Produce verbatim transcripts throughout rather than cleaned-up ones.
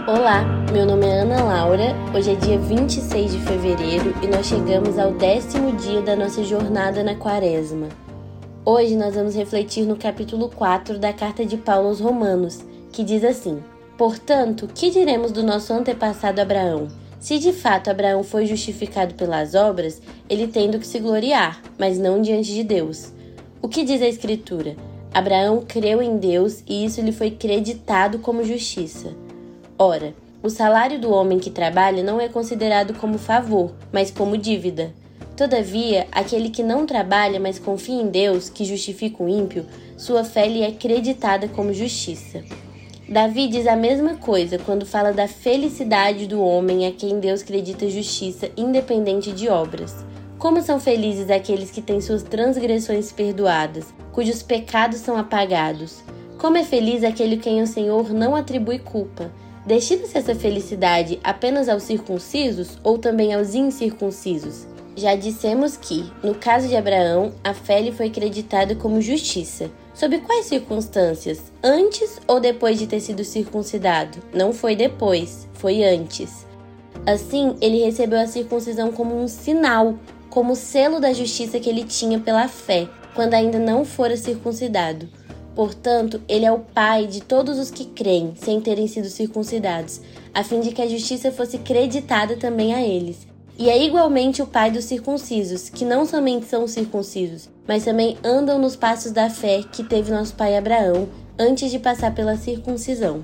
Olá, meu nome é Ana Laura, hoje é dia vinte e seis de fevereiro e nós chegamos ao décimo dia da nossa jornada na Quaresma. Hoje nós vamos refletir no capítulo quatro da carta de Paulo aos Romanos, que diz assim: Portanto, que diremos do nosso antepassado Abraão? Se de fato Abraão foi justificado pelas obras, ele tem do que se gloriar, mas não diante de Deus. O que diz a Escritura? Abraão creu em Deus e isso lhe foi creditado como justiça. Ora, o salário do homem que trabalha não é considerado como favor, mas como dívida. Todavia, aquele que não trabalha, mas confia em Deus, que justifica o ímpio, sua fé lhe é creditada como justiça. Davi diz a mesma coisa quando fala da felicidade do homem a quem Deus acredita justiça independente de obras. Como são felizes aqueles que têm suas transgressões perdoadas, cujos pecados são apagados. Como é feliz aquele quem o Senhor não atribui culpa. Destina-se essa felicidade apenas aos circuncisos ou também aos incircuncisos? Já dissemos que, no caso de Abraão, a fé lhe foi creditada como justiça. Sob quais circunstâncias? Antes ou depois de ter sido circuncidado? Não foi depois, foi antes. Assim, ele recebeu a circuncisão como um sinal, como selo da justiça que ele tinha pela fé, quando ainda não fora circuncidado. Portanto, ele é o pai de todos os que creem, sem terem sido circuncidados, a fim de que a justiça fosse creditada também a eles. E é igualmente o pai dos circuncisos, que não somente são circuncisos, mas também andam nos passos da fé que teve nosso pai Abraão, antes de passar pela circuncisão.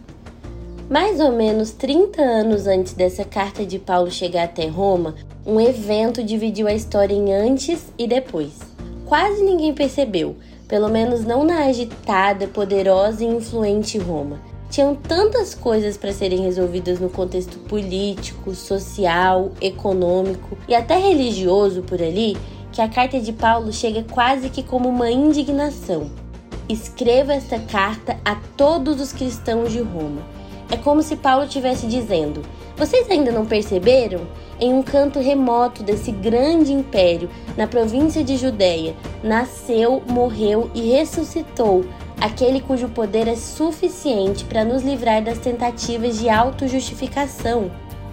Mais ou menos trinta anos antes dessa carta de Paulo chegar até Roma, um evento dividiu a história em antes e depois. Quase ninguém percebeu, pelo menos não na agitada, poderosa e influente Roma. Tinham tantas coisas para serem resolvidas no contexto político, social, econômico e até religioso por ali, que a carta de Paulo chega quase que como uma indignação. Escreva esta carta a todos os cristãos de Roma. É como se Paulo estivesse dizendo: vocês ainda não perceberam? Em um canto remoto desse grande império, na província de Judeia, nasceu, morreu e ressuscitou aquele cujo poder é suficiente para nos livrar das tentativas de autojustificação.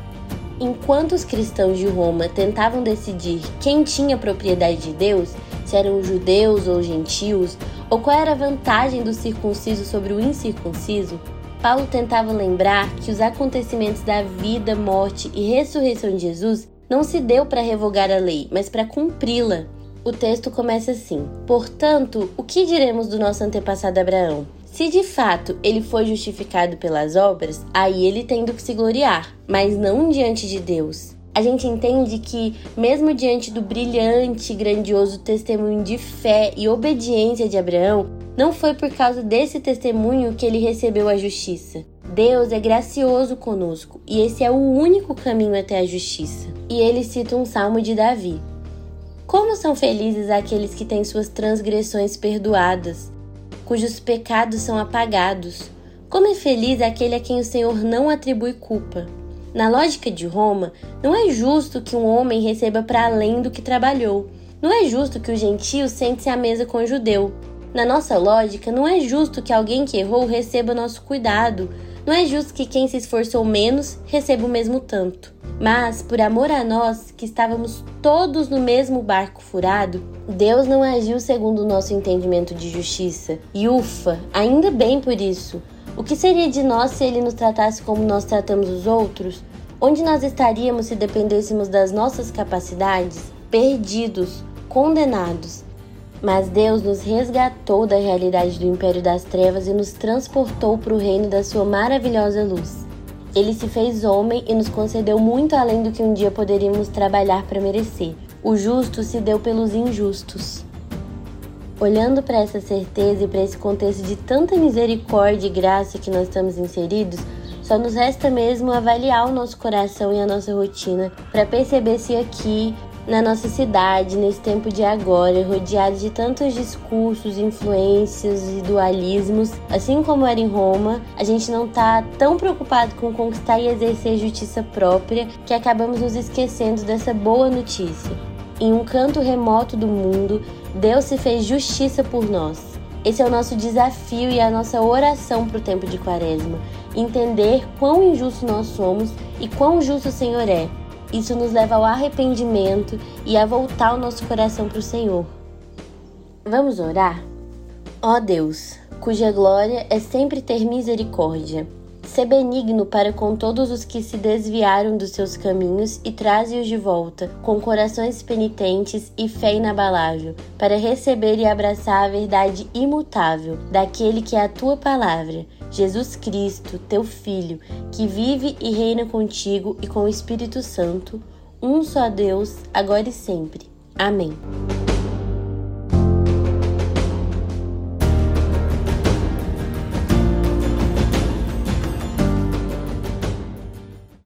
Enquanto os cristãos de Roma tentavam decidir quem tinha propriedade de Deus, se eram os judeus ou os gentios, ou qual era a vantagem do circunciso sobre o incircunciso, Paulo tentava lembrar que os acontecimentos da vida, morte e ressurreição de Jesus não se deu para revogar a lei, mas para cumpri-la. O texto começa assim: Portanto, o que diremos do nosso antepassado Abraão? Se de fato ele foi justificado pelas obras, aí ele tem do que se gloriar, mas não diante de Deus. A gente entende que, mesmo diante do brilhante e grandioso testemunho de fé e obediência de Abraão, não foi por causa desse testemunho que ele recebeu a justiça. Deus é gracioso conosco e esse é o único caminho até a justiça. E ele cita um salmo de Davi. Como são felizes aqueles que têm suas transgressões perdoadas, cujos pecados são apagados. Como é feliz aquele a quem o Senhor não atribui culpa. Na lógica de Roma, não é justo que um homem receba para além do que trabalhou. Não é justo que o gentio sente-se à mesa com o judeu. Na nossa lógica, não é justo que alguém que errou receba nosso cuidado. Não é justo que quem se esforçou menos receba o mesmo tanto. Mas, por amor a nós, que estávamos todos no mesmo barco furado, Deus não agiu segundo o nosso entendimento de justiça. E ufa, ainda bem por isso. O que seria de nós se Ele nos tratasse como nós tratamos os outros? Onde nós estaríamos se dependêssemos das nossas capacidades? Perdidos, condenados. Mas Deus nos resgatou da realidade do império das trevas e nos transportou para o reino da sua maravilhosa luz. Ele se fez homem e nos concedeu muito além do que um dia poderíamos trabalhar para merecer. O justo se deu pelos injustos. Olhando para essa certeza e para esse contexto de tanta misericórdia e graça que nós estamos inseridos, só nos resta mesmo avaliar o nosso coração e a nossa rotina para perceber se aqui, na nossa cidade, nesse tempo de agora, rodeado de tantos discursos, influências e dualismos, assim como era em Roma, a gente não está tão preocupado com conquistar e exercer justiça própria que acabamos nos esquecendo dessa boa notícia. Em um canto remoto do mundo, Deus se fez justiça por nós. Esse é o nosso desafio e a nossa oração para o tempo de Quaresma. entender quão injusto nós somos e quão justo o Senhor é. Isso nos leva ao arrependimento e a voltar o nosso coração para o Senhor. Vamos orar? Ó Deus, cuja glória é sempre ter misericórdia, sê benigno para com todos os que se desviaram dos seus caminhos e traze-os de volta, com corações penitentes e fé inabalável, para receber e abraçar a verdade imutável daquele que é a tua palavra, Jesus Cristo, teu Filho, que vive e reina contigo e com o Espírito Santo, um só Deus, agora e sempre. Amém.